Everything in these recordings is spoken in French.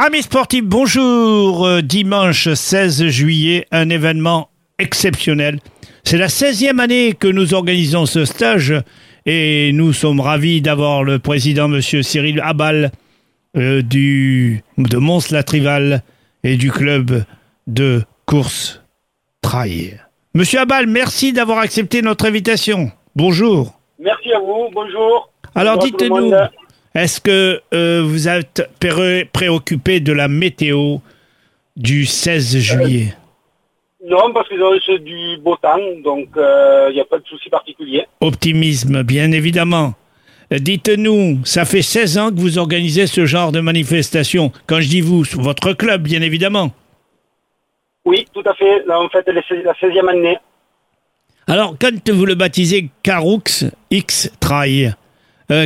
Amis sportifs, bonjour. Dimanche 16 juillet, un événement exceptionnel. C'est la 16e année que nous organisons ce stage et nous sommes ravis d'avoir le président, monsieur Cyril Abal, de Mons-la-Trival et du club de course trail. Monsieur Abal, merci d'avoir accepté notre invitation. Bonjour. Merci à vous, bonjour. Alors bonjour dites-nous, est-ce que vous êtes préoccupé de la météo du 16 juillet? Non, parce que c'est du beau temps, donc il n'y a pas de souci particulier. Optimisme, bien évidemment. Dites-nous, ça fait 16 ans que vous organisez ce genre de manifestation. Quand je dis vous, votre club, bien évidemment. Oui, tout à fait. Là, en fait, c'est la 16e année. Alors, quand vous le baptisez Caroux X Trail, le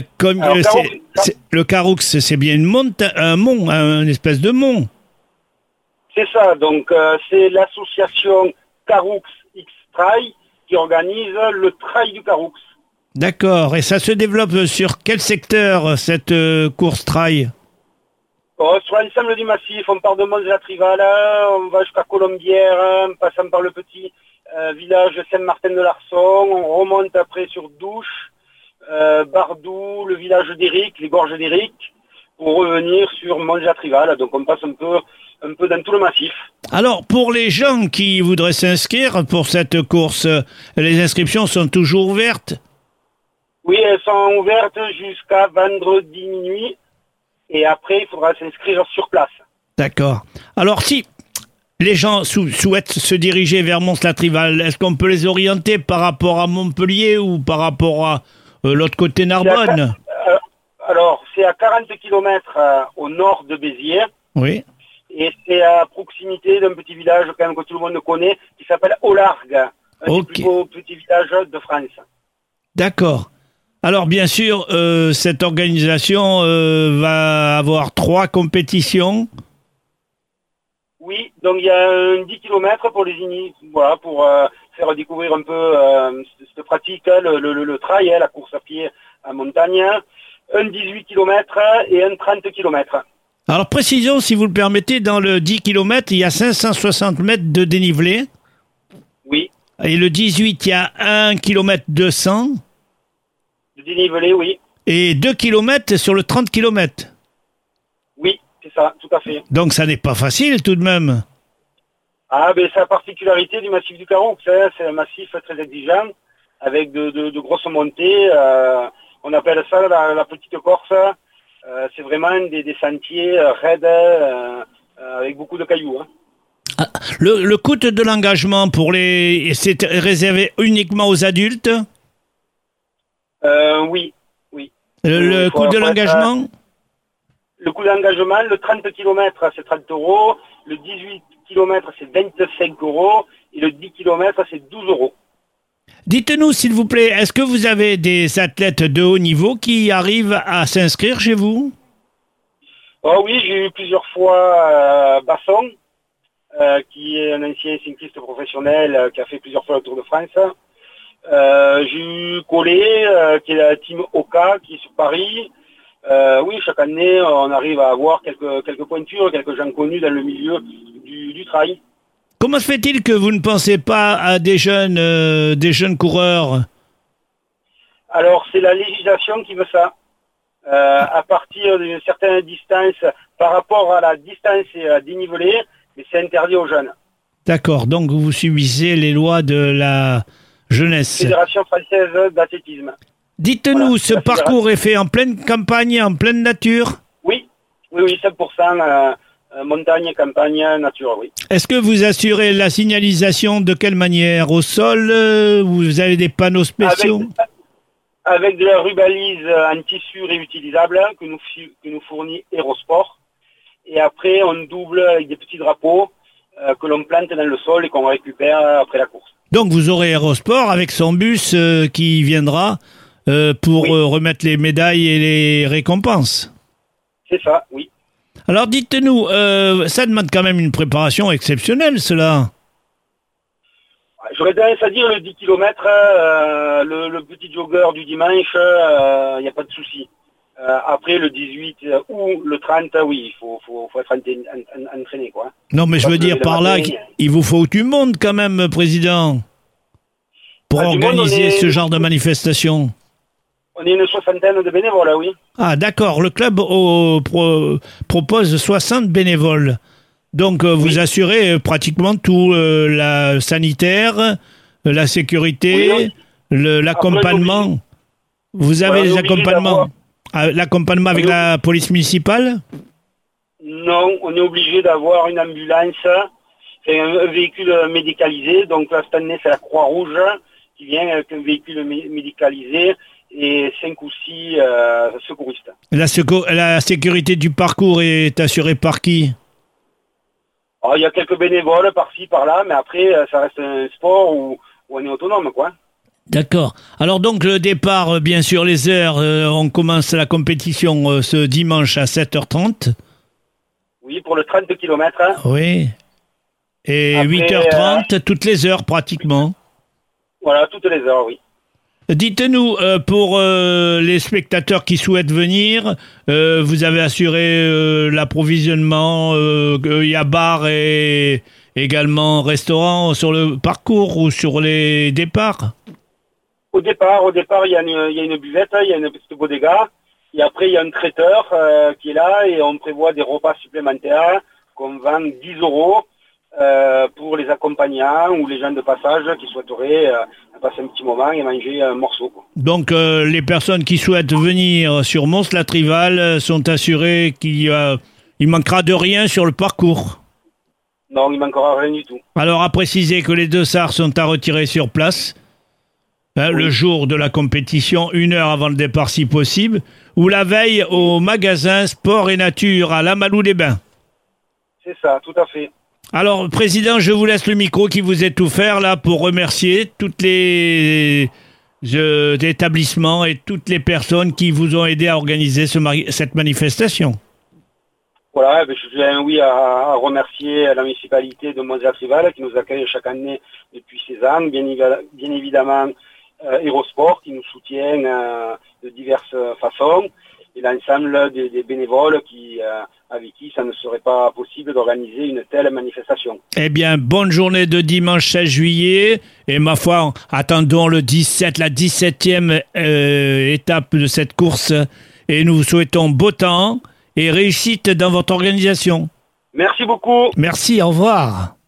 Caroux, c'est bien un mont, une espèce de mont. C'est ça, donc c'est l'association Caroux X Trail qui organise le trail du Caroux. D'accord, et ça se développe sur quel secteur, cette course trail? Sur l'ensemble du massif, on part de Mons-la-Trival, on va jusqu'à Colombières, en passant par le petit village Saint-Martin-de-Larson, on remonte après sur Douche, Bardou, le village d'Éric, les gorges d'Éric, pour revenir sur Mons-la-Trival. Donc on passe un peu dans tout le massif. Alors, pour les gens qui voudraient s'inscrire pour cette course, les inscriptions sont toujours ouvertes? Oui, elles sont ouvertes jusqu'à vendredi minuit. Et après, il faudra s'inscrire sur place. D'accord. Alors, si les gens souhaitent se diriger vers Mons-la-Trival, est-ce qu'on peut les orienter par rapport à Montpellier ou par rapport à l'autre côté Narbonne? Alors, c'est à 40 km au nord de Béziers. Oui. Et c'est à proximité d'un petit village quand même que tout le monde connaît, qui s'appelle Aulargues, un des plus beaux petits villages de France. D'accord. Alors, bien sûr, cette organisation va avoir 3 compétitions. Oui, donc il y a un 10 km pour les voilà, pour faire découvrir un peu cette pratique, le trail, la course à pied en montagne, un 18 km et un 30 km. Alors, précision, si vous le permettez, dans le 10 km, il y a 560 mètres de dénivelé. Oui. Et le 18, il y a 1 km 200. De dénivelé, oui. Et 2 km sur le 30 km. Oui, c'est ça, tout à fait. Donc ça n'est pas facile tout de même. Ah, ben c'est la particularité du massif du Caroux, c'est un massif très exigeant, avec de grosses montées. On appelle ça la petite Corse. C'est vraiment des sentiers raides, avec beaucoup de cailloux. Hein. Ah, le coût de l'engagement c'est réservé uniquement aux adultes? Oui. Le coût de l'engagement? Le coût d'engagement, le 30 km c'est 30 €, le 18 km c'est 25 € et le 10 km c'est 12 €. Dites-nous s'il vous plaît, est-ce que vous avez des athlètes de haut niveau qui arrivent à s'inscrire chez vous? Oh oui, j'ai eu plusieurs fois Basson, qui est un ancien cycliste professionnel qui a fait plusieurs fois le Tour de France. J'ai eu Collet, qui est la team Oka, qui est sur Paris. Oui, chaque année, on arrive à avoir quelques pointures, quelques gens connus dans le milieu du trail. Comment se fait-il que vous ne pensez pas à des jeunes coureurs? Alors, c'est la législation qui veut ça. À partir d'une certaine distance, par rapport à la distance dénivelée, mais c'est interdit aux jeunes. D'accord, donc vous subissez les lois de la jeunesse. Fédération française d'athlétisme. Dites-nous, voilà, ce parcours est fait en pleine campagne, en pleine nature? Oui, 100% montagne, campagne, nature, oui. Est-ce que vous assurez la signalisation de quelle manière? Au sol? Vous avez des panneaux spéciaux? Avec de la rubalise en tissu réutilisable que nous fournit Aérosport. Et après, on double avec des petits drapeaux que l'on plante dans le sol et qu'on récupère après la course. Donc vous aurez Aérosport avec son bus qui viendra pour remettre les médailles et les récompenses. C'est ça, oui. Alors dites-nous, ça demande quand même une préparation exceptionnelle, cela. J'aurais tendance à dire le 10 km, le petit jogger du dimanche, il n'y a pas de souci. Après le 18 ou le 30, oui, il faut être entraîné, quoi. Non, mais je veux dire par là, il vous faut du monde quand même, président, pour organiser ce genre de manifestation. On est une soixantaine de bénévoles, oui. Ah, d'accord. Le club propose 60 bénévoles. Donc, vous assurez pratiquement tout, la sanitaire, la sécurité, l'accompagnement. Vous avez les accompagnements. L'accompagnement avec la police municipale? Non, on est obligé d'avoir une ambulance, un véhicule médicalisé. Donc là, cette année, c'est la Croix-Rouge qui vient avec un véhicule médicalisé et 5 ou 6 secouristes. La sécurité du parcours est assurée par qui? Alors, il y a quelques bénévoles par-ci, par-là, mais après, ça reste un sport où on est autonome, quoi. D'accord. Alors donc le départ, bien sûr, les heures, on commence la compétition ce dimanche à 7h30. Oui, pour le 30 km. Oui. Et après, 8h30, toutes les heures pratiquement. Voilà, toutes les heures, oui. Dites-nous, pour les spectateurs qui souhaitent venir, vous avez assuré l'approvisionnement, il y a bar et également restaurant sur le parcours ou sur les départs? Au départ, il y a une buvette, il y a une petite bodega, et après il y a un traiteur qui est là, et on prévoit des repas supplémentaires qu'on vend 10 € pour les accompagnants ou les gens de passage qui souhaiteraient passer un petit moment et manger un morceau, quoi. Donc les personnes qui souhaitent venir sur Mons-la-Trivale sont assurées qu'il manquera de rien sur le parcours? Non, il manquera rien du tout. Alors à préciser que les dossards sont à retirer sur place. Oui. Le jour de la compétition, 1 heure avant le départ si possible, ou la veille au magasin Sport et Nature à Lamalou-les-Bains. C'est ça, tout à fait. Alors, Président, je vous laisse le micro qui vous est offert là pour remercier toutes les établissements et toutes les personnes qui vous ont aidé à organiser cette manifestation. Voilà, je tiens à remercier la municipalité de Mons-la-Trivale qui nous accueille chaque année depuis 16 ans, bien évidemment Hérosport qui nous soutient de diverses façons, et l'ensemble des bénévoles avec qui ça ne serait pas possible d'organiser une telle manifestation. Eh bien, bonne journée de dimanche 16 juillet, et ma foi, attendons la 17e étape de cette course, et nous vous souhaitons beau temps et réussite dans votre organisation. Merci beaucoup. Merci, au revoir.